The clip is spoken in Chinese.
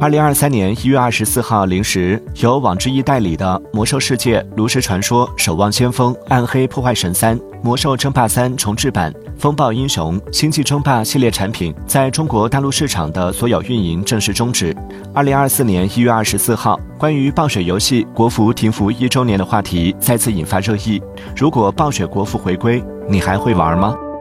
2023年1月24号零时，由网之一代理的《魔兽世界》《炉石传说》《守望先锋》《暗黑破坏神3》《魔兽争霸3重制版》《风暴英雄》《星际争霸》系列产品在中国大陆市场的所有运营正式终止。2024年1月24号，关于暴雪游戏国服停服1周年的话题再次引发热议。如果暴雪国服回归，你还会玩吗？